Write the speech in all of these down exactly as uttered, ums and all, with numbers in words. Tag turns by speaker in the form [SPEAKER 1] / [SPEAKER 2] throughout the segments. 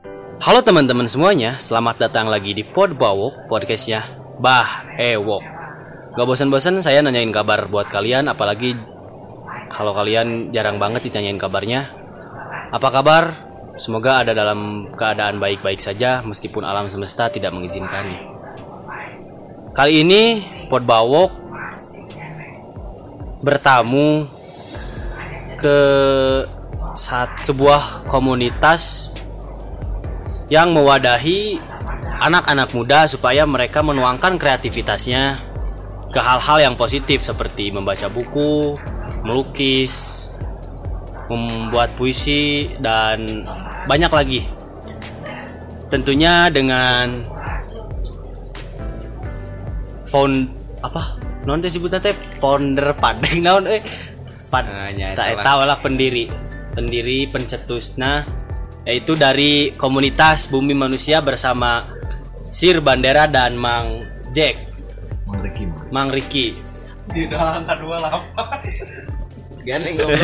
[SPEAKER 1] Halo teman-teman semuanya, selamat datang lagi di Podbawok, podcastnya Bah Ewok. Gak bosan-bosan saya nanyain kabar buat kalian, apalagi kalau kalian jarang banget ditanyain kabarnya. Apa kabar? Semoga ada dalam keadaan baik-baik saja meskipun alam semesta tidak mengizinkannya. Kali ini Podbawok bertamu ke saat sebuah komunitas yang mewadahi anak-anak muda supaya mereka menuangkan kreativitasnya ke hal-hal yang positif seperti membaca buku, melukis, membuat puisi, dan banyak lagi. Tentunya dengan found apa? Non teh sebutna teh founder padeng naon eh pad tak tahu lah pendiri pendiri pencetusna, yaitu dari komunitas Bumi Manusia bersama Sir Bandera dan Mang Jack.
[SPEAKER 2] Mang Riki.
[SPEAKER 1] Mang Riki.
[SPEAKER 3] Di dalam dua delapan.
[SPEAKER 4] Gandeng ngomong.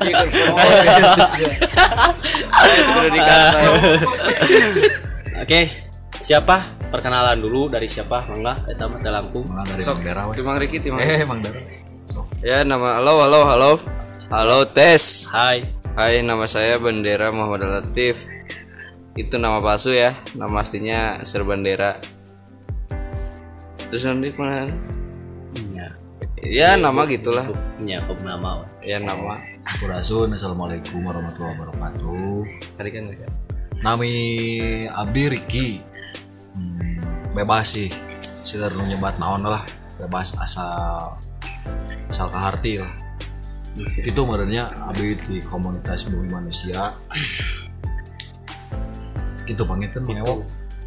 [SPEAKER 4] Itu udah dikata.
[SPEAKER 1] Oke, siapa? Perkenalan dulu dari siapa? Mangga eta mah dalamku.
[SPEAKER 2] Dari
[SPEAKER 4] Sok,
[SPEAKER 2] Mang Dera we.
[SPEAKER 4] Mang Riki, Mang.
[SPEAKER 2] Eh, Mang Dera.
[SPEAKER 4] Ya, nama halo halo halo. Halo tes.
[SPEAKER 1] Hai.
[SPEAKER 4] Hai, nama saya Bandera Muhammad Latif. Itu nama palsu ya. Nama aslinya Sir Bandera. Terus nanti mana?
[SPEAKER 1] Ya,
[SPEAKER 4] Ya, nama gitulah.
[SPEAKER 1] ya kok nama.
[SPEAKER 4] Ya, nama.
[SPEAKER 2] Sampurasun. Assalamualaikum warahmatullahi wabarakatuh.
[SPEAKER 4] Tadi kan ya.
[SPEAKER 2] Nami abdi Riki. Hmm, bebas sih. Sekedar nu nyebat naon lah. Bebas asal asal kaharti lah. Itu sebenarnya abdi di komunitas Bumi Manusia. Gitu panggilkan Mang Ewok.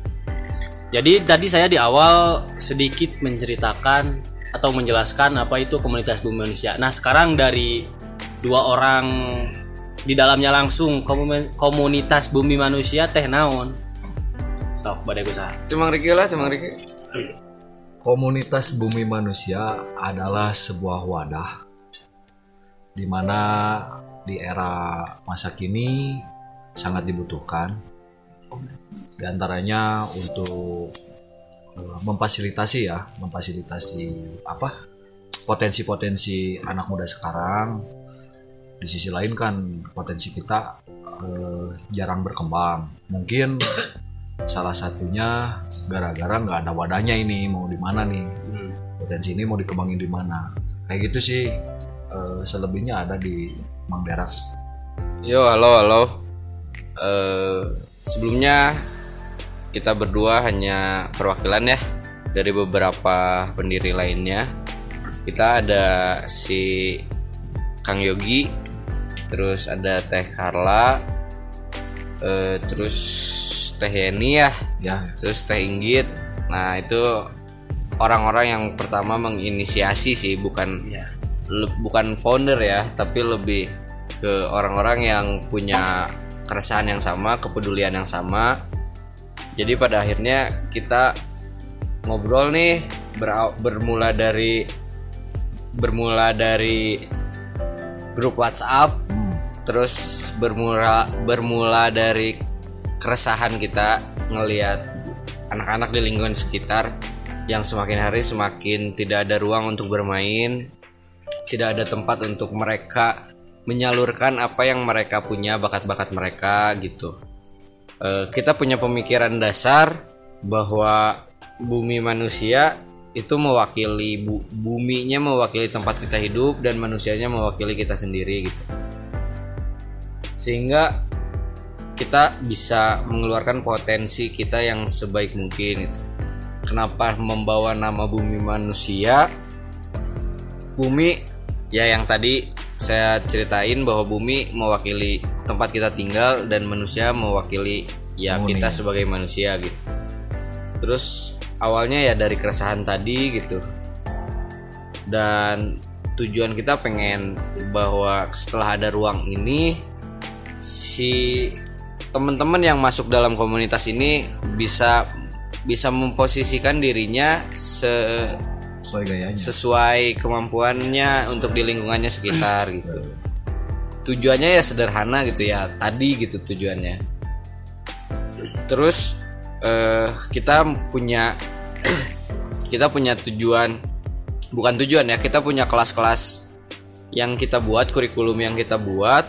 [SPEAKER 1] Jadi tadi saya di awal sedikit menceritakan atau menjelaskan apa itu komunitas Bumi Manusia. Nah, sekarang dari dua orang di dalamnya langsung komunitas Bumi Manusia teh naon? Sok badai usaha.
[SPEAKER 4] Cuma Riki lah, cuma Riki.
[SPEAKER 2] Komunitas Bumi Manusia adalah sebuah wadah di mana di era masa kini sangat dibutuhkan, di antaranya untuk uh, memfasilitasi ya, memfasilitasi apa potensi-potensi anak muda sekarang. Di sisi lain kan potensi kita uh, jarang berkembang. Mungkin salah satunya gara-gara nggak ada wadahnya ini, mau di mana nih potensi ini mau dikembangin di mana, kayak gitu sih. Uh, selebihnya ada di Mang Dera.
[SPEAKER 4] Yo, halo halo. Uh, sebelumnya kita berdua hanya perwakilan ya dari beberapa pendiri lainnya. Kita ada si Kang Yogi, terus ada Teh Carla, uh, terus Teh Yeni ya,
[SPEAKER 2] Ya,
[SPEAKER 4] terus Teh Inggit. Nah, itu orang-orang yang pertama menginisiasi sih, bukan
[SPEAKER 1] Ya.
[SPEAKER 4] le- bukan founder ya, tapi lebih ke orang-orang yang punya keresahan yang sama, kepedulian yang sama. Jadi pada akhirnya kita ngobrol nih ber- bermula dari bermula dari grup WhatsApp,
[SPEAKER 2] hmm.
[SPEAKER 4] terus bermula bermula dari keresahan kita ngelihat anak-anak di lingkungan sekitar yang semakin hari semakin tidak ada ruang untuk bermain, tidak ada tempat untuk mereka menyalurkan apa yang mereka punya, bakat-bakat mereka gitu. E, kita punya pemikiran dasar bahwa bumi manusia itu mewakili bu, buminya mewakili tempat kita hidup dan manusianya mewakili kita sendiri gitu. Sehingga kita bisa mengeluarkan potensi kita yang sebaik mungkin gitu. Kenapa membawa nama Bumi Manusia? Bumi ya yang tadi saya ceritain bahwa bumi mewakili tempat kita tinggal dan manusia mewakili ya
[SPEAKER 2] Bumi.
[SPEAKER 4] kita sebagai manusia gitu. Terus awalnya ya dari keresahan tadi gitu. Dan tujuan kita pengen bahwa setelah ada ruang ini si teman-teman yang masuk dalam komunitas ini bisa bisa memposisikan dirinya se
[SPEAKER 2] sesuai gayanya.
[SPEAKER 4] sesuai kemampuannya untuk di lingkungannya sekitar gitu. Tujuannya ya sederhana gitu ya, tadi gitu tujuannya. Terus eh, kita punya kita punya tujuan, bukan tujuan ya, kita punya kelas-kelas yang kita buat, kurikulum yang kita buat.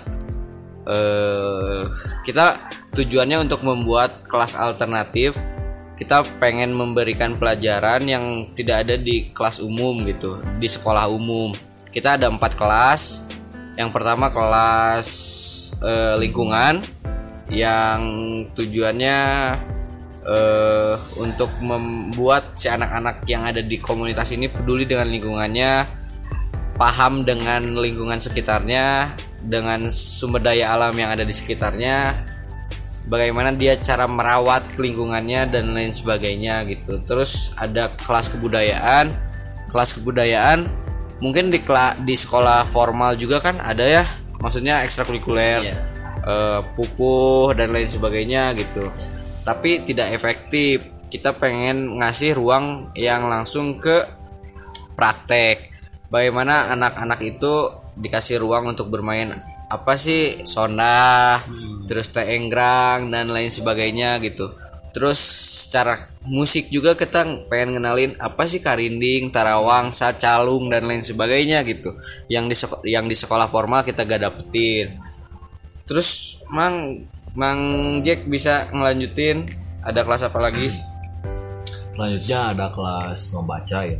[SPEAKER 4] Eh, kita tujuannya untuk membuat kelas alternatif. Kita pengen memberikan pelajaran yang tidak ada di kelas umum gitu, di sekolah umum. Kita ada empat kelas. Yang pertama kelas eh, lingkungan, yang tujuannya eh, untuk membuat si anak-anak yang ada di komunitas ini peduli dengan lingkungannya, paham dengan lingkungan sekitarnya, dengan sumber daya alam yang ada di sekitarnya, bagaimana dia cara merawat lingkungannya dan lain sebagainya gitu. Terus ada kelas kebudayaan. Kelas kebudayaan mungkin di di sekolah formal juga kan ada ya, maksudnya ekstrakurikuler,
[SPEAKER 1] Iya.
[SPEAKER 4] eh, pupuh dan lain sebagainya gitu. Tapi tidak efektif. Kita pengen ngasih ruang yang langsung ke praktek. Bagaimana anak-anak itu dikasih ruang untuk bermain apa sih, sonda, hmm. terus teenggrang dan lain sebagainya gitu. Terus secara musik juga kita pengen ngenalin apa sih karinding, tarawang, sacalung dan lain sebagainya gitu. Yang di seko- yang di sekolah formal kita gak dapetin. Terus Mang Mang Jack bisa ngelanjutin, ada kelas apa lagi?
[SPEAKER 2] Selanjutnya ada kelas membaca ya,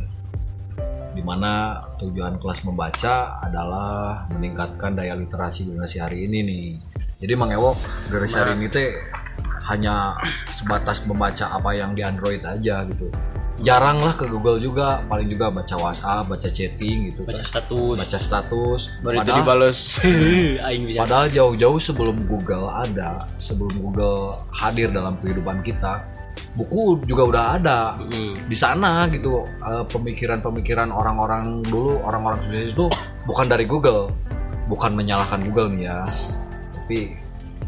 [SPEAKER 2] dimana tujuan kelas membaca adalah meningkatkan daya literasi generasi hari ini nih. Jadi Mang Ewok generasi hari ini teh hanya sebatas membaca apa yang di Android aja gitu. Jarang lah ke Google juga, paling juga baca WhatsApp, baca chatting gitu,
[SPEAKER 1] Baca
[SPEAKER 2] kan.
[SPEAKER 1] status.
[SPEAKER 2] Baca status.
[SPEAKER 4] Baru itu
[SPEAKER 2] Padahal-
[SPEAKER 4] dibales.
[SPEAKER 1] Aing bisa.
[SPEAKER 2] Padahal jauh-jauh sebelum Google ada, sebelum Google hadir dalam kehidupan kita, buku juga udah ada di sana gitu. Eh, pemikiran-pemikiran orang-orang dulu, orang-orang sukses itu bukan dari Google, bukan menyalahkan Google nih ya, tapi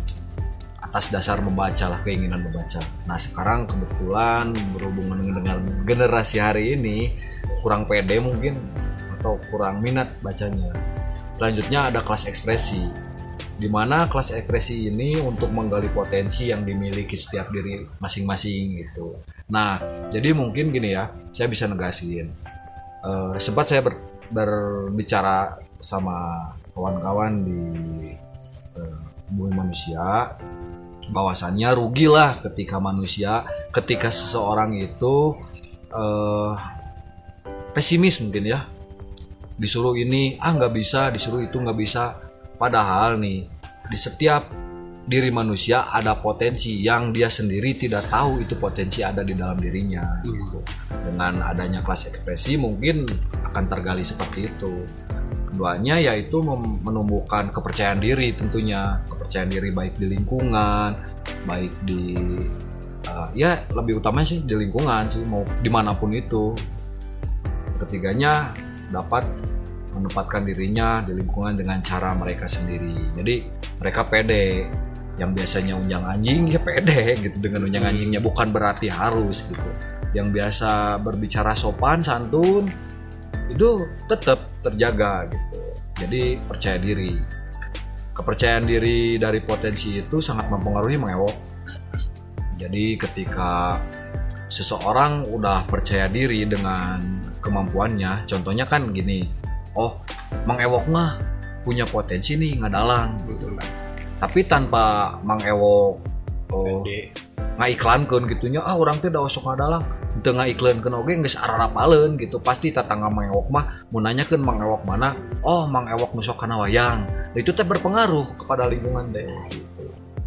[SPEAKER 2] atas dasar membaca lah, keinginan membaca. Nah sekarang kebetulan berhubungan dengan generasi hari ini kurang pede mungkin, atau kurang minat bacanya. Selanjutnya ada kelas ekspresi, di mana kelas ekspresi ini untuk menggali potensi yang dimiliki setiap diri masing-masing gitu. Nah, jadi mungkin gini ya, saya bisa negasin. Uh, sempat saya ber, berbicara sama kawan-kawan di uh, Bumi Manusia, bahwasannya rugilah ketika manusia, ketika seseorang itu uh, pesimis mungkin ya, disuruh ini ah nggak bisa, disuruh itu nggak bisa. Padahal nih, di setiap diri manusia ada potensi yang dia sendiri tidak tahu itu potensi ada di dalam dirinya gitu. Dengan adanya kelas ekspresi mungkin akan tergali seperti itu. Keduanya yaitu mem- menumbuhkan kepercayaan diri tentunya, kepercayaan diri baik di lingkungan, baik di uh, ya lebih utamanya sih di lingkungan sih, mau dimanapun itu. Ketiganya dapat menempatkan dirinya di lingkungan dengan cara mereka sendiri. Jadi mereka pede, yang biasanya unjang anjing ya pede gitu dengan unjang anjingnya, bukan berarti harus gitu. Yang biasa berbicara sopan santun itu tetap terjaga gitu. Jadi percaya diri, kepercayaan diri dari potensi itu sangat mempengaruhi Mang Ewok. Jadi ketika seseorang udah percaya diri dengan kemampuannya, contohnya kan gini, oh Mang Ewok mah punya potensi nih ngadalang gitu kan. Tapi tanpa Mang Ewok oh, ngaiklankeun gitunya, ah orang teh da osok ngadalang, teu ngaiklankeun oge geus ararapaleun gitu. Pasti tatangga Mang Ewok mah mun nanyakeun Mang Ewok mana, oh Mang Ewok nu sok kana wayang. Nah, itu teh berpengaruh kepada lingkungan teh gitu.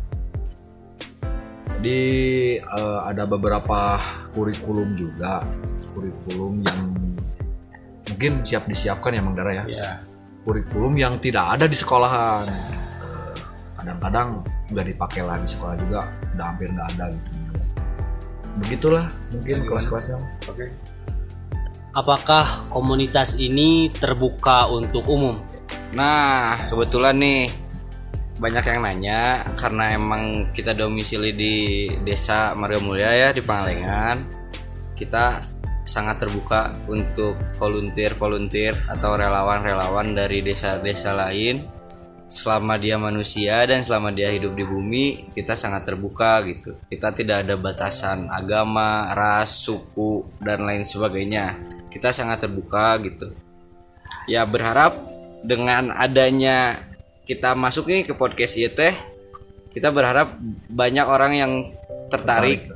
[SPEAKER 2] Jadi uh, ada beberapa kurikulum juga, kurikulum yang mungkin siap disiapkan ya Mang Dara ya.
[SPEAKER 1] Ya.
[SPEAKER 2] Kurikulum yang tidak ada di sekolahan, kadang-kadang nggak dipakai lah di sekolah juga, udah hampir nggak ada gitu. Begitulah mungkin kelas-kelasnya.
[SPEAKER 3] Oke.
[SPEAKER 1] Apakah komunitas ini terbuka untuk umum?
[SPEAKER 4] Nah, kebetulan nih banyak yang nanya karena emang kita domisili di Desa Marga Mulia ya, di Pangalengan. Kita sangat terbuka untuk volunteer-volunteer atau relawan-relawan dari desa-desa lain selama dia manusia dan selama dia hidup di bumi, kita sangat terbuka gitu. Kita tidak ada batasan agama, ras, suku dan lain sebagainya. Kita sangat terbuka gitu. Ya berharap dengan adanya kita masuk nih ke podcast I T, kita berharap banyak orang yang tertarik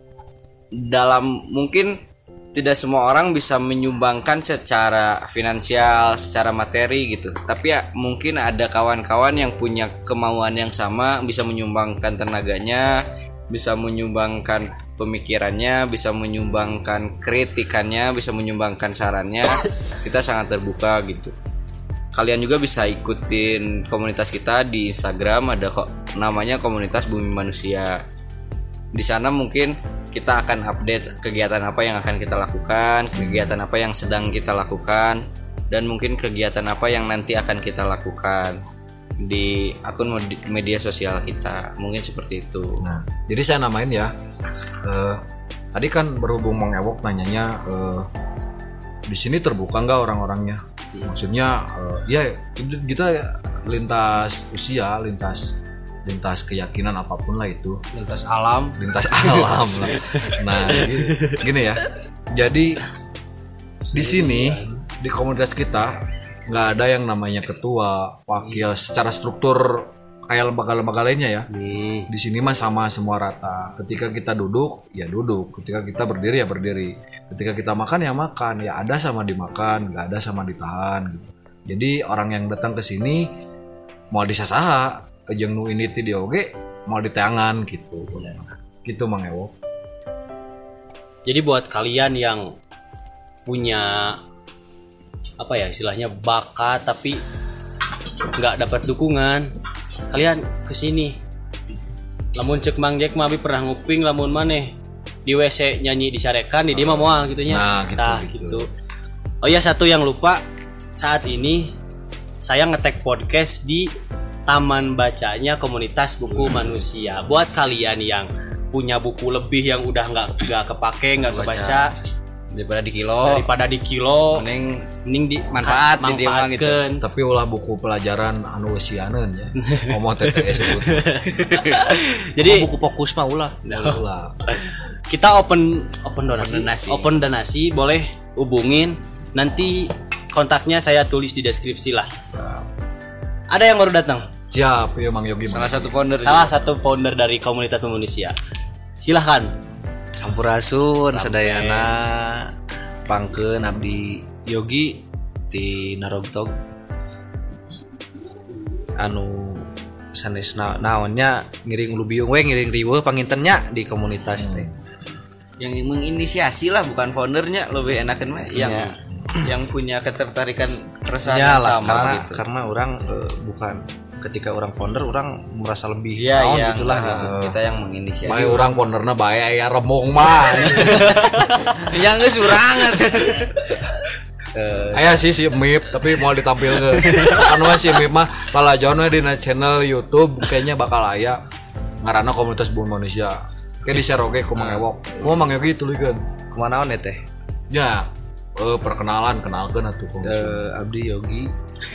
[SPEAKER 4] dalam, mungkin tidak semua orang bisa menyumbangkan secara finansial, secara materi gitu. Tapi ya mungkin ada kawan-kawan yang punya kemauan yang sama, bisa menyumbangkan tenaganya, bisa menyumbangkan pemikirannya, bisa menyumbangkan kritikannya, bisa menyumbangkan sarannya. Kita sangat terbuka gitu. Kalian juga bisa ikutin komunitas kita di Instagram, ada kok namanya Komunitas Bumi Manusia. Di sana mungkin kita akan update kegiatan apa yang akan kita lakukan, kegiatan apa yang sedang kita lakukan, dan mungkin kegiatan apa yang nanti akan kita lakukan di akun media sosial kita. Mungkin seperti itu.
[SPEAKER 2] Nah, jadi saya namain ya. Uh, tadi kan berhubung Mang Ewok nanyanya, uh, di sini terbuka nggak orang-orangnya? Maksudnya, uh, ya kita lintas usia, lintas lintas keyakinan apapun lah itu,
[SPEAKER 4] lintas alam,
[SPEAKER 2] lintas alam lah. Nah, gini ya. Jadi di sini di komunitas kita nggak ada yang namanya ketua, wakil secara struktur kayak lembaga-lembaga lainnya ya. Di sini mah sama semua rata. Ketika kita duduk ya duduk, ketika kita berdiri ya berdiri, ketika kita makan ya makan, ya ada sama dimakan, nggak ada sama ditahan gitu. Jadi orang yang datang ke sini mau disasaha jeung nu ini ti dioge mau diteangan gitu. Gitu Mang Ewok.
[SPEAKER 1] Jadi buat kalian yang punya apa ya istilahnya bakat tapi nggak dapat dukungan, kalian kesini. Lamun cek Mang Jack mah pernah nguping lamun maneh di W C nyanyi disarekan di dia mah moal gitunya.
[SPEAKER 2] Nah, gitu,
[SPEAKER 1] nah,
[SPEAKER 2] gitu.
[SPEAKER 1] gitu. Oh ya, satu yang lupa, saat ini saya ngetek podcast di Taman Bacanya Komunitas Buku Manusia. Buat kalian yang punya buku lebih yang udah nggak nggak kepake, nggak kebaca,
[SPEAKER 4] daripada di kilo,
[SPEAKER 1] daripada di kilo,
[SPEAKER 4] mending
[SPEAKER 1] mending di
[SPEAKER 4] manfaat di dia gitu.
[SPEAKER 2] Tapi ulah buku pelajaran anu wesianeun ya. Ngomong T T S sebut.
[SPEAKER 1] Jadi
[SPEAKER 3] buku fokus mah ulah.
[SPEAKER 2] Ulah.
[SPEAKER 1] Kita open open donasi,
[SPEAKER 4] Open donasi.
[SPEAKER 1] open donasi boleh hubungin. Nanti kontaknya saya tulis di deskripsi lah. Ada yang baru datang.
[SPEAKER 2] Siap, ya Mang Yogi.
[SPEAKER 4] Salah satu founder.
[SPEAKER 1] Salah satu founder dari Komunitas Manusia. Silahkan.
[SPEAKER 3] Sampurasun sadayana pangkeun abdi Yogi ti Narogtog. Anu sanes na- naonnya ngiring ulu biung we ngiring riweuh pangintennya di komunitas teh.
[SPEAKER 4] Yang menginisiasi lah, bukan foundernya, lebih enakan mah yang
[SPEAKER 3] Ya.
[SPEAKER 4] yang punya ketertarikan keresahan
[SPEAKER 3] Ya
[SPEAKER 4] yang
[SPEAKER 3] lah,
[SPEAKER 4] sama
[SPEAKER 3] karena
[SPEAKER 4] gitu.
[SPEAKER 3] karena orang eh, bukan ketika orang founder orang merasa lebih
[SPEAKER 4] Iya,
[SPEAKER 3] naon
[SPEAKER 4] iya,
[SPEAKER 3] gitulah
[SPEAKER 4] nah,
[SPEAKER 3] gitu.
[SPEAKER 4] kita yang menginisiasi.
[SPEAKER 2] Bae urang ponderna bae aya remong mah.
[SPEAKER 4] Yang geus urang
[SPEAKER 3] Eh,
[SPEAKER 2] Aya sih si Mip tapi mau ditampilkeun. Anu si Mip mah palajauna dina channel YouTube kayaknya bakal aya ngaranna Komunitas Bumi Manusia. Kayak di share oge ku Mang Ewok. Ku Mang Yogi tulikeun.
[SPEAKER 3] kumaha naon teh?
[SPEAKER 2] Ya, eh, perkenalan kenalkeun atuh ku.
[SPEAKER 3] Eh, abdi Yogi.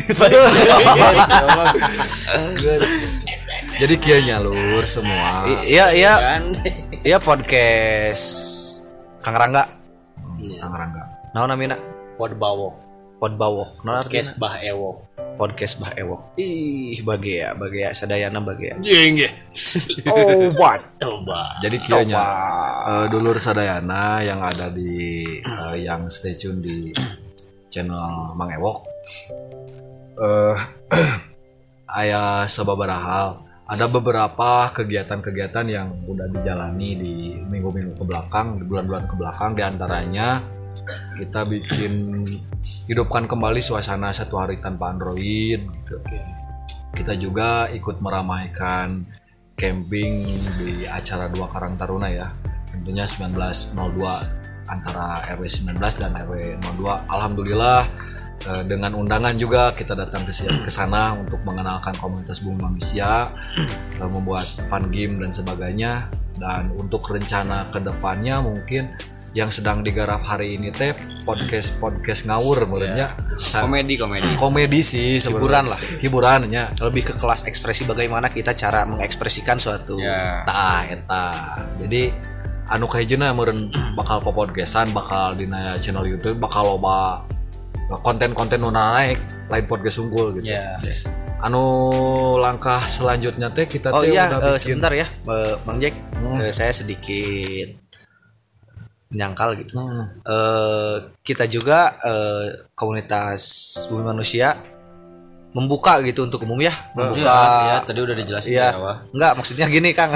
[SPEAKER 2] Jadi kieu nya lur semua.
[SPEAKER 3] I- Iya iya. Iya podcast Kang Rangga.
[SPEAKER 2] Kang Rangga.
[SPEAKER 3] Naon namina?
[SPEAKER 1] Podbawok.
[SPEAKER 3] Podbawok. Naon artinya?
[SPEAKER 1] Podcast Bah Ewok.
[SPEAKER 3] Podcast Bah Ewok. Ih, bagea, bagea sadayana bagea.
[SPEAKER 1] Jeng.
[SPEAKER 3] Oh, what?
[SPEAKER 1] Coba.
[SPEAKER 2] Jadi kieu nya eh, dulur sadayana yang ada di eh, yang stay tune di channel Mang Ewok. Eh aya sababaraha hal. Ada beberapa kegiatan-kegiatan yang udah dijalani di minggu-minggu ke belakang, di bulan-bulan ke belakang, di antaranya kita bikin hidupkan kembali suasana satu hari tanpa Android gitu. Kita juga ikut meramaikan camping di acara Dua Karang Taruna ya. Tentunya sembilan belas nol dua antara R W sembilan belas dan R W nol dua. Alhamdulillah eh, dengan undangan juga kita datang ke ke sana untuk mengenalkan Komunitas Bumi Manusia, eh, membuat fun game dan sebagainya. Dan untuk rencana kedepannya mungkin yang sedang digarap hari ini teh podcast podcast ngawur mulanya
[SPEAKER 4] Komedi komedi.
[SPEAKER 2] komedi sih sebenarnya.
[SPEAKER 3] Hiburan lah.
[SPEAKER 2] Hiburannya.
[SPEAKER 3] Lebih ke kelas ekspresi bagaimana kita cara mengekspresikan suatu.
[SPEAKER 4] Ya.
[SPEAKER 2] Tah eta. Jadi anu kahijina meureun bakal po podcastan, bakal dina channel YouTube, bakal loba konten-konten nu naik lain podcast unggul gitu.
[SPEAKER 1] Ya.
[SPEAKER 2] Anu langkah selanjutnya teh kita
[SPEAKER 3] Oh
[SPEAKER 2] teh
[SPEAKER 3] iya,
[SPEAKER 2] udah
[SPEAKER 3] eh,
[SPEAKER 2] bikin
[SPEAKER 3] sebentar ya, eh, Bang Jack. Eh, saya sedikit menyangkal gitu.
[SPEAKER 2] Hmm.
[SPEAKER 3] Eh, kita juga eh, komunitas Bumi Manusia membuka gitu untuk umum ya, membuka.
[SPEAKER 4] Iya, ya, tadi udah dijelasin
[SPEAKER 3] Iya,
[SPEAKER 4] di awal.
[SPEAKER 3] enggak maksudnya gini Kang.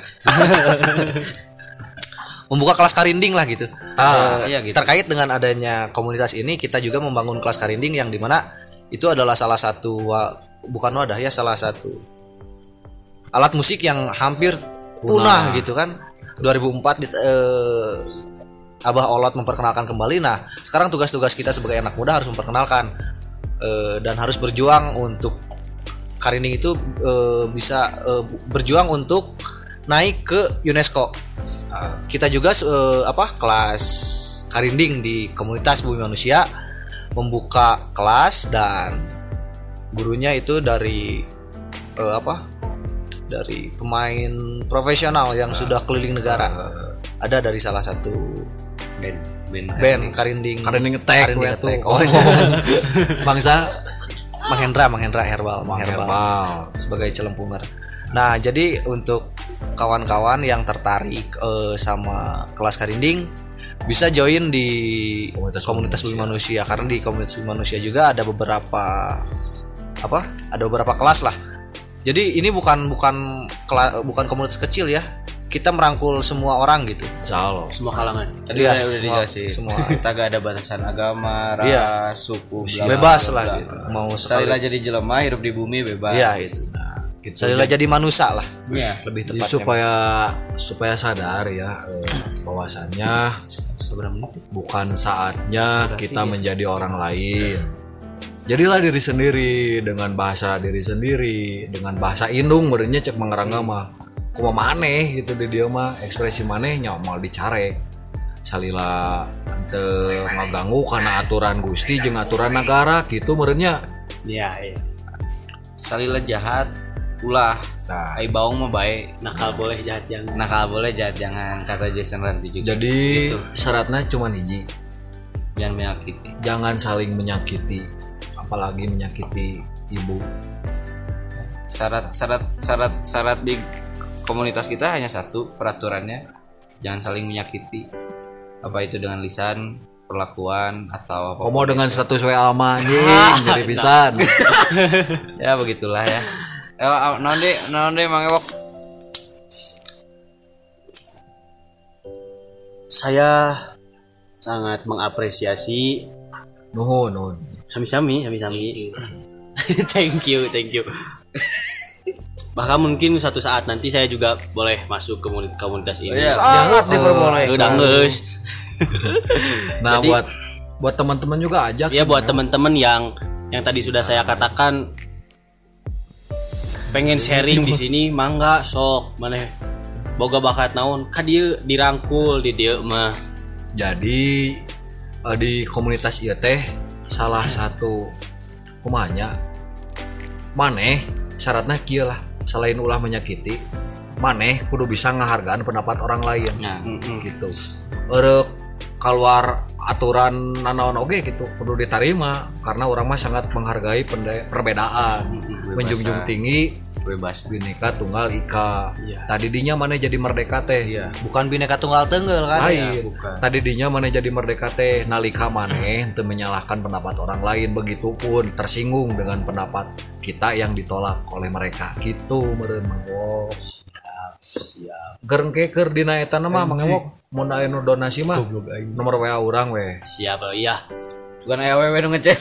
[SPEAKER 3] Membuka kelas karinding lah gitu.
[SPEAKER 2] Ah,
[SPEAKER 3] Eh,
[SPEAKER 4] iya gitu.
[SPEAKER 3] Terkait dengan adanya komunitas ini, kita juga membangun kelas karinding yang dimana itu adalah salah satu wa- bukan wadah ya, salah satu alat musik yang hampir punah, gitu kan. dua ribu empat di- eh, Abah Olot memperkenalkan kembali. Nah, sekarang tugas-tugas kita sebagai anak muda harus memperkenalkan eh, dan harus berjuang untuk karinding itu eh, bisa eh, berjuang untuk naik ke UNESCO. Kita juga eh, apa kelas karinding di komunitas Bumi Manusia membuka kelas dan gurunya itu dari eh, apa dari pemain profesional yang sudah keliling negara. Ada dari salah satu
[SPEAKER 4] Band band.
[SPEAKER 3] band karinding
[SPEAKER 2] Karinding Attack,
[SPEAKER 3] Karinding
[SPEAKER 2] we tuh.
[SPEAKER 3] Attack. Oh,
[SPEAKER 2] Bangsa
[SPEAKER 3] Mang Hendra Mang Hendra Herbal Mang Herbal
[SPEAKER 2] herbal.
[SPEAKER 3] sebagai celempunger. Nah, jadi untuk kawan-kawan yang tertarik eh, sama kelas karinding bisa join di
[SPEAKER 2] Komunitas
[SPEAKER 3] komunitas, Bumi Manusia. Karena di komunitas Bumi Manusia juga ada beberapa apa? Ada beberapa kelas lah. Jadi ini bukan bukan kela- bukan komunitas kecil ya. Kita merangkul semua orang gitu.
[SPEAKER 2] Insyaallah.
[SPEAKER 1] Semua kalangan.
[SPEAKER 4] Tadi
[SPEAKER 3] Iya,
[SPEAKER 4] udah, udah
[SPEAKER 3] semua-
[SPEAKER 4] dijelasin.
[SPEAKER 3] semua.
[SPEAKER 4] Kita gak ada batasan agama, ras,
[SPEAKER 3] Iya.
[SPEAKER 4] suku, bla, bla,
[SPEAKER 3] Bebas
[SPEAKER 4] bla,
[SPEAKER 3] lah
[SPEAKER 4] bla.
[SPEAKER 3] gitu. Mau
[SPEAKER 4] Salilah
[SPEAKER 3] sekali.
[SPEAKER 4] jadi jelema hidup di bumi bebas.
[SPEAKER 3] Iya itu. Salilah jadi manusia lah.
[SPEAKER 4] Iya.
[SPEAKER 3] Lebih
[SPEAKER 2] Jadi
[SPEAKER 3] tepatnya.
[SPEAKER 2] supaya supaya sadar ya eh, bahwasannya
[SPEAKER 4] Seberapa menit?
[SPEAKER 2] bukan saatnya kita menjadi orang lain. Jadilah diri sendiri dengan bahasa diri sendiri, dengan bahasa indung merenya cek mangerangga mah. Kumaha maneh gitu di dia mah ekspresi maneh nya moal dicare. Salila teu ngaganggu kana aturan Gusti jeung aturan negara gitu merenya.
[SPEAKER 1] Iya, iya.
[SPEAKER 4] Salilah jahat, ulah.
[SPEAKER 2] Nah,
[SPEAKER 4] Ai baung mah baik.
[SPEAKER 1] Nakal boleh, jahat jangan.
[SPEAKER 4] Nakal boleh, jahat jangan, kata Jason Ranti juga.
[SPEAKER 2] jadi
[SPEAKER 4] Gitu.
[SPEAKER 2] syaratnya cuma hiji,
[SPEAKER 4] Jangan menyakiti.
[SPEAKER 2] jangan saling menyakiti, apalagi menyakiti ibu.
[SPEAKER 4] Syarat syarat syarat syarat di komunitas kita hanya satu, peraturannya jangan saling menyakiti. Apa itu dengan lisan, perlakuan atau apa.
[SPEAKER 2] Komo dengan status W A mah anjing jadi pisan.
[SPEAKER 4] Ya begitulah ya. Eh, non deh, non deh Mang Ewok.
[SPEAKER 1] Saya sangat mengapresiasi
[SPEAKER 2] Nuhun, nuhun.
[SPEAKER 1] sami-sami, sami-sami. Thank you, thank you. Bahkan mungkin suatu saat nanti saya juga boleh masuk ke komunitas, komunitas ini.
[SPEAKER 4] Iya.
[SPEAKER 3] Sangat diperbolehkan.
[SPEAKER 1] Udah nges.
[SPEAKER 2] Nah,
[SPEAKER 1] Jadi-
[SPEAKER 2] buat buat teman-teman juga ajak.
[SPEAKER 1] Ya buat teman-teman yang yang tadi sudah saya katakan pengen sharing di sini, mangga sok maneh boga bakat naon ka dieu dirangkul di dieu mah.
[SPEAKER 2] Jadi eh, di komunitas ieu teh salah satu kumanya maneh syaratnya kieu lah, selain ulah menyakiti, maneh kudu bisa ngahargaan pendapat orang lain.
[SPEAKER 4] Nah,
[SPEAKER 2] Gitu. Eureuh keluar aturan nanaon oge gitu kudu diterima karena orang mah sangat menghargai pende- perbedaan, menjunjung tinggi
[SPEAKER 4] bebas.
[SPEAKER 2] Bhinneka Tunggal Ika.
[SPEAKER 1] Iya.
[SPEAKER 2] Tadi dinya mana jadi merdeka teh.
[SPEAKER 3] Iya, bukan Bhinneka Tunggal Tunggal kan?
[SPEAKER 2] Lain. Tadi dinya mana jadi merdeka teh nalika maneh teu menyalahkan pendapat orang lain, begitupun tersinggung dengan pendapat kita yang ditolak oleh mereka. Gitu meureun Mang Ewok.
[SPEAKER 1] Siap.
[SPEAKER 2] Keur engke keur dina eta na mah Mang Ewok mun aya nu donasi mah nomor W A urang we.
[SPEAKER 1] Siap, iya.
[SPEAKER 4] Bukan awewe nu ngechat.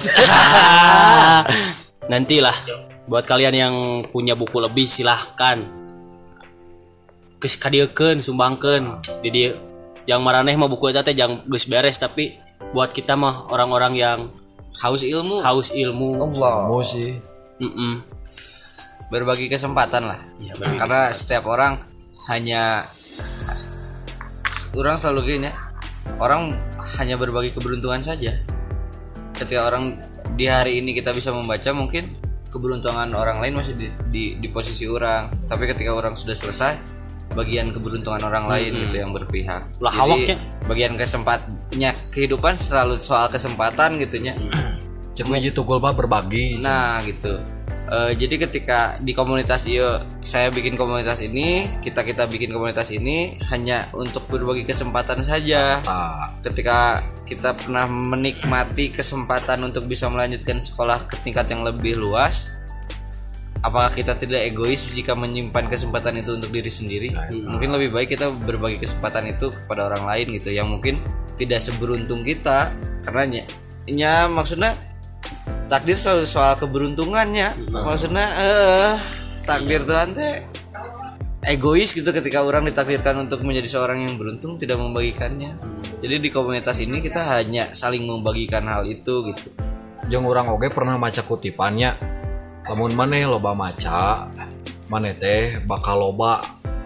[SPEAKER 1] Nantilah buat kalian yang punya buku lebih silahkan geus kadiekeun sumbangkeun di dieu. Yang maraneh mah buku eta teh jang geus beres, tapi buat kita mah orang-orang yang
[SPEAKER 4] Haus ilmu,
[SPEAKER 1] haus ilmu.
[SPEAKER 3] Allah.
[SPEAKER 2] Mau sih.
[SPEAKER 1] Mm-mm.
[SPEAKER 4] berbagi kesempatan lah.
[SPEAKER 1] Iya, berbagi
[SPEAKER 4] Karena setiap orang hanya orang selalu gini ya, orang hanya berbagi keberuntungan saja. Ketika orang di hari ini kita bisa membaca, mungkin keberuntungan orang lain masih di, di, di posisi orang, tapi ketika orang sudah selesai, bagian keberuntungan orang lain hmm. gitu yang berpihak.
[SPEAKER 1] Lah
[SPEAKER 4] Jadi
[SPEAKER 1] hawaknya.
[SPEAKER 4] bagian kesempatnya kehidupan selalu soal kesempatan gitunya.
[SPEAKER 2] Cek wiji tukul mah berbagi.
[SPEAKER 4] Nah gitu. E, jadi ketika di komunitas iyo saya bikin komunitas ini, kita kita bikin komunitas ini hanya untuk berbagi kesempatan saja.
[SPEAKER 2] Nah,
[SPEAKER 4] Ketika kita pernah menikmati kesempatan untuk bisa melanjutkan sekolah ke tingkat yang lebih luas, apakah kita tidak egois jika menyimpan kesempatan itu untuk diri sendiri? Mungkin lebih baik kita berbagi kesempatan itu kepada orang lain gitu, yang mungkin tidak seberuntung kita. Karena ya, ya maksudnya takdir soal, soal keberuntungannya. Maksudnya eh takdir Tuhan teh egois gitu ketika orang ditakdirkan untuk menjadi seorang yang beruntung tidak membagikannya. Jadi di komunitas ini kita hanya saling membagikan hal itu gitu.
[SPEAKER 2] jeung urang oge pernah maca kutipannya. Lamun maneh loba maca, maneh teh bakal loba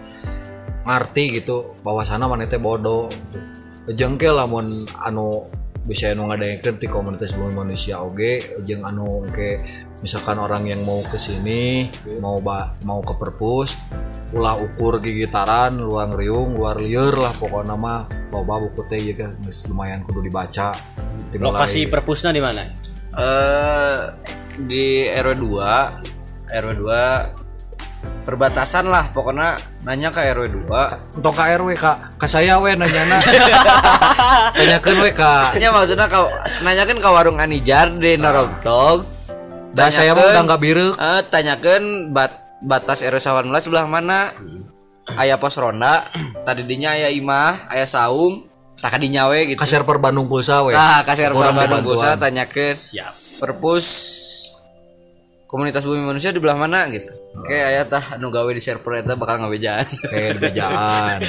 [SPEAKER 2] ngarti gitu bahwasana maneh teh bodoh. Jeung ke lamun anu bisa anu ngadaengkeun ti komunitas bumi manusia oge, jeung anu ke misalkan orang yang mau ke sini, mau ba, mau ke perpus, ulah ukur gigitaran, luang riung, luar lieur lah pokoknya mah loba buku teh ya kan lumayan kudu dibaca. Dimulai.
[SPEAKER 1] Lokasi perpusna di mana?
[SPEAKER 4] Eh di R W dua R W dua perbatasan lah pokoknya, nanya ke R W dua
[SPEAKER 2] untuk K R W kak, ke saya we nanyana. Tanyakeun we kak.
[SPEAKER 4] nya maksudnya kau nanyakan ke warung Anijar di Norogtog.
[SPEAKER 2] Dah saya mah udah nggak biru.
[SPEAKER 4] Eh tanyakan bat, batas R W delapan belas sebelah mana? Aya pos ronda, tadi dinya aya imah, aya saung, tak kadinya we gitu.
[SPEAKER 2] Kasir per Bandung Pulsa we.
[SPEAKER 4] Nah, kasir per
[SPEAKER 2] Kurang
[SPEAKER 4] Bandung
[SPEAKER 2] bantuan.
[SPEAKER 4] Pulsa tanyakeun.
[SPEAKER 1] Siap.
[SPEAKER 4] Perpus komunitas bumi manusia di belah mana gitu. Oke, aya tah anu gawe di server eta bakal ngabejaan.
[SPEAKER 2] Kayak di bejaan.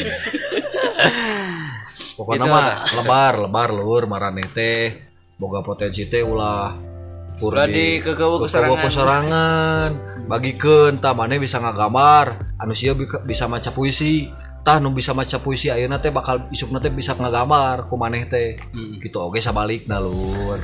[SPEAKER 2] Pokoknya
[SPEAKER 4] Gitu,
[SPEAKER 2] mah
[SPEAKER 4] Kak.
[SPEAKER 2] lebar, lebar lur marane teh boga potensi teh ulah kur
[SPEAKER 4] Ulah di kekeueuh keserangan.
[SPEAKER 2] keserangan. Bagikeun tah maneh bisa ngagambar, anu sia bi- bisa maca puisi. Tah nu bisa maca puisi ayeuna teh bakal isukna teh bisa ngagambar ku maneh teh. Gitu oge sabalikna lur.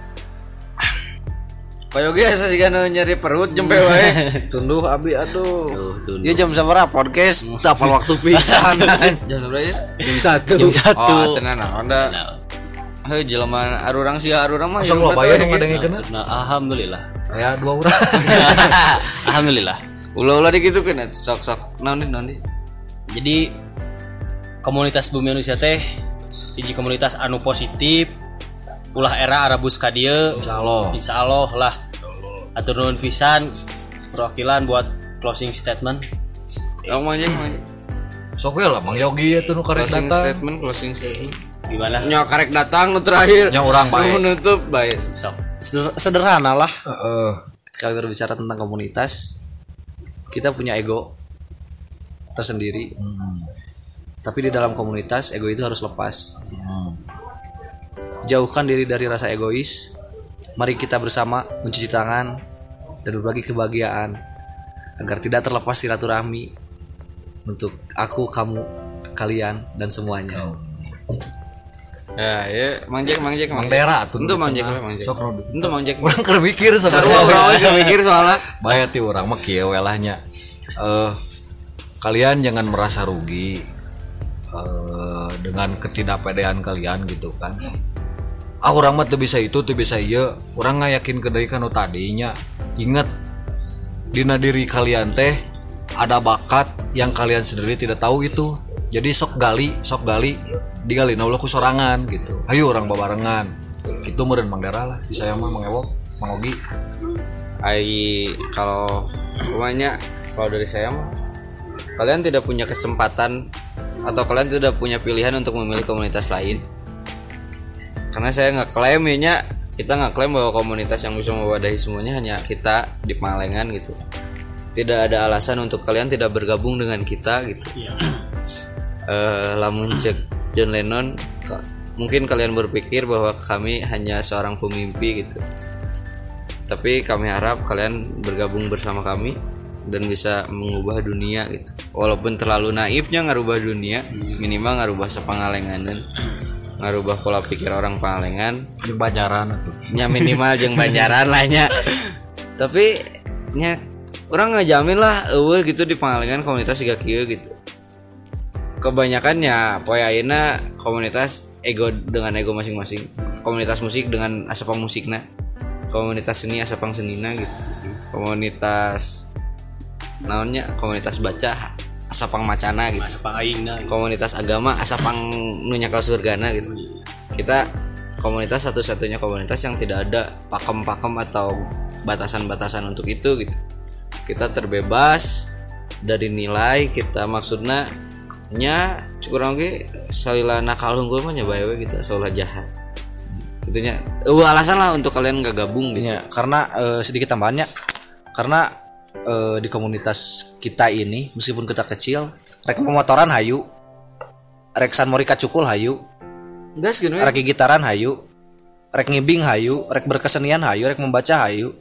[SPEAKER 4] Pak Yogi asa siga nu nyeri perut jempe wae. Tunduh abi aduh.
[SPEAKER 3] Dia jam sabaraha podcast? Tapal waktu pisan.
[SPEAKER 4] Jam berapa ya?
[SPEAKER 3] Jam satu.
[SPEAKER 1] Jam satu.
[SPEAKER 4] Oh, tenan Honda. Heuh jelema arurang sia arurang mah.
[SPEAKER 2] Asal
[SPEAKER 4] hirup
[SPEAKER 2] loba
[SPEAKER 4] teh
[SPEAKER 2] ya nu
[SPEAKER 4] gitu.
[SPEAKER 2] ngadengikeun.
[SPEAKER 1] Nah, alhamdulillah.
[SPEAKER 2] Saya dua urang.
[SPEAKER 1] Alhamdulillah.
[SPEAKER 4] Ulah-ulah digitukeun atuh sok-sok naon di naon di.
[SPEAKER 1] Jadi komunitas bumi manusia teh hiji komunitas anu positif, ulah era arabus ka dieu.
[SPEAKER 2] Insyaallah.
[SPEAKER 1] Insyaallah lah. Atur nuhun pisan perwakilan buat closing statement.
[SPEAKER 4] Oh manje manje.
[SPEAKER 2] Sok we lah Mang Yogi itu nu karek
[SPEAKER 4] Closing
[SPEAKER 2] datang.
[SPEAKER 4] statement, closing statement.
[SPEAKER 1] Gimana?
[SPEAKER 4] Nya karek datang nu terakhir.
[SPEAKER 2] Nya urang bae.
[SPEAKER 4] Nu menutup bae.
[SPEAKER 1] Sok.
[SPEAKER 3] Seder- Sederhana lah.
[SPEAKER 2] Heeh.
[SPEAKER 3] Kalau berbicara tentang komunitas, kita punya ego tersendiri. Tapi di dalam komunitas, ego itu harus lepas. Jauhkan diri dari rasa egois. Mari kita bersama mencuci tangan dan berbagi kebahagiaan agar tidak terlepas silaturahmi untuk aku, kamu, kalian dan semuanya.
[SPEAKER 4] Ya, ya, mangjek mangjek
[SPEAKER 2] Mang Dera atuh.
[SPEAKER 4] Itu mangjek mangjek.
[SPEAKER 2] Sok nu.
[SPEAKER 4] Itu mangjek.
[SPEAKER 2] Urang keur mikir
[SPEAKER 4] Sarua
[SPEAKER 2] sebenarnya.
[SPEAKER 4] urang we keur mikir soalna.
[SPEAKER 2] Bae ti urang mah kieu we lah nya. Eh kalian jangan merasa rugi eh dengan ketidakpedean kalian gitu kan. Ah urang mah teu bisa itu, teu bisa ieu. Urang ngayakin deui kana tadinya. Ingat dina diri kalian teh ada bakat yang kalian sendiri tidak tahu itu. Jadi sok gali, sok gali, digali na ulah ku sorangan gitu. Ayo orang babarengan. Kitu meureun Mang Dara lah. Di saya mah Mang Ewok, Mang Ogi.
[SPEAKER 4] Ai kalau rumahnya kalau dari saya mah kalian tidak punya kesempatan atau kalian tidak punya pilihan untuk memilih komunitas lain. Karena saya nggak klaim ya, kita nggak klaim bahwa komunitas yang bisa mewadahi semuanya hanya kita di Pangalengan gitu. Tidak ada alasan untuk kalian tidak bergabung dengan kita gitu. Eh, lamun cek John Lennon, ka- mungkin kalian berpikir bahwa kami hanya seorang pemimpi gitu. Tapi kami harap kalian bergabung bersama kami dan bisa mengubah dunia gitu. Walaupun terlalu naifnya ngarubah dunia, minimal ngarubah sepangalenganan. ngarubah pola pikir orang Pangalengan
[SPEAKER 2] Jeung Banjaran atuh.
[SPEAKER 4] nya minimal jeung Banjaran lah nya. Tapi nya orang ngejamin lah eueuh gitu di Pangalengan komunitas siga kieu gitu. Kebanyakannya poe ayeuna komunitas ego dengan ego masing-masing. Komunitas musik dengan asapang musikna. Komunitas seni asapang senina gitu. Komunitas naonnya komunitas baca asapang macana gitu.
[SPEAKER 1] Asapang aingna.
[SPEAKER 4] Komunitas agama asapang nu nyakal surgana gitu. Kita komunitas satu-satunya komunitas yang tidak ada pakem-pakem atau batasan-batasan untuk itu gitu. Kita terbebas dari nilai kita maksudnya nya kurang ge salila nakal hunggul mah nya bae we gitu saulah jahat. Itunya eueuh alasan lah untuk kalian enggak gabung gitu.
[SPEAKER 3] Ya, karena eh, sedikit tambahannya karena eh, di komunitas kita ini meskipun kita kecil rek pemotoran hayu, rek san morika cukul hayu,
[SPEAKER 4] Gas gini we.
[SPEAKER 3] rek gitaran hayu, rek ngibing hayu, rek berkesenian hayu, rek membaca hayu,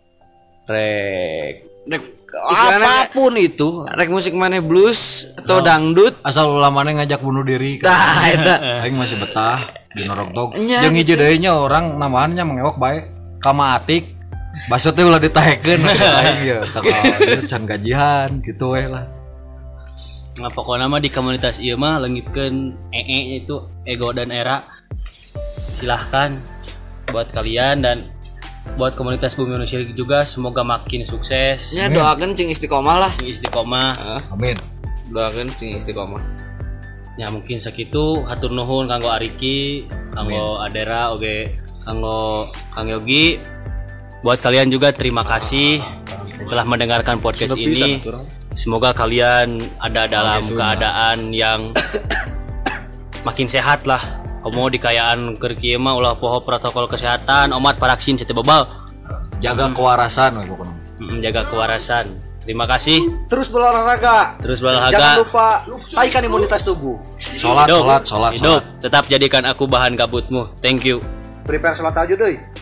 [SPEAKER 3] rek
[SPEAKER 4] Rek istilahnya
[SPEAKER 3] apapun itu.
[SPEAKER 4] rek musik maneh blues atau dangdut.
[SPEAKER 2] Asal ulah maneh ngajak bunuh diri. kan.
[SPEAKER 3] Tah eta.
[SPEAKER 2] Aing masih betah di norok
[SPEAKER 4] Nya,
[SPEAKER 2] jeung hiji deui nya orang namahannya mengewok bae kama atik. Baso teh ulah ditahekeun aing ya. Takal can gajihan gitu we lah.
[SPEAKER 1] Nah, pokoknya mah di komunitas ieu mah leungitkeun ee itu ego dan era. Silahkan buat kalian dan buat komunitas Bumi Manusia juga semoga makin sukses.
[SPEAKER 4] Nya doakeun cing istiqomah lah.
[SPEAKER 1] Sing istiqomah.
[SPEAKER 2] Amin.
[SPEAKER 4] Doakeun cing istiqomah.
[SPEAKER 1] Ya mungkin sakitu hatur nuhun kanggo Ariki, kanggo Adera oge kanggo Kang Yogi. Buat kalian juga terima kasih telah mendengarkan podcast ini. Semoga kalian ada dalam keadaan yang makin sehat lah. Komo di kayaan keur kieu mah ulah poho protokol kesehatan, omat paraksin cete bebal.
[SPEAKER 2] Jaga kewarasan we pokona.
[SPEAKER 1] Mm, jaga kewarasan. Terima kasih.
[SPEAKER 3] Terus berolahraga.
[SPEAKER 1] Terus berolahraga.
[SPEAKER 3] Jangan lupa taikan imunitas tubuh.
[SPEAKER 2] Salat,
[SPEAKER 1] Hidup.
[SPEAKER 2] salat, salat,
[SPEAKER 1] Hidup.
[SPEAKER 2] salat.
[SPEAKER 1] Tetap jadikan aku bahan gabutmu. Thank you.
[SPEAKER 3] Prepare salat tahajud deui.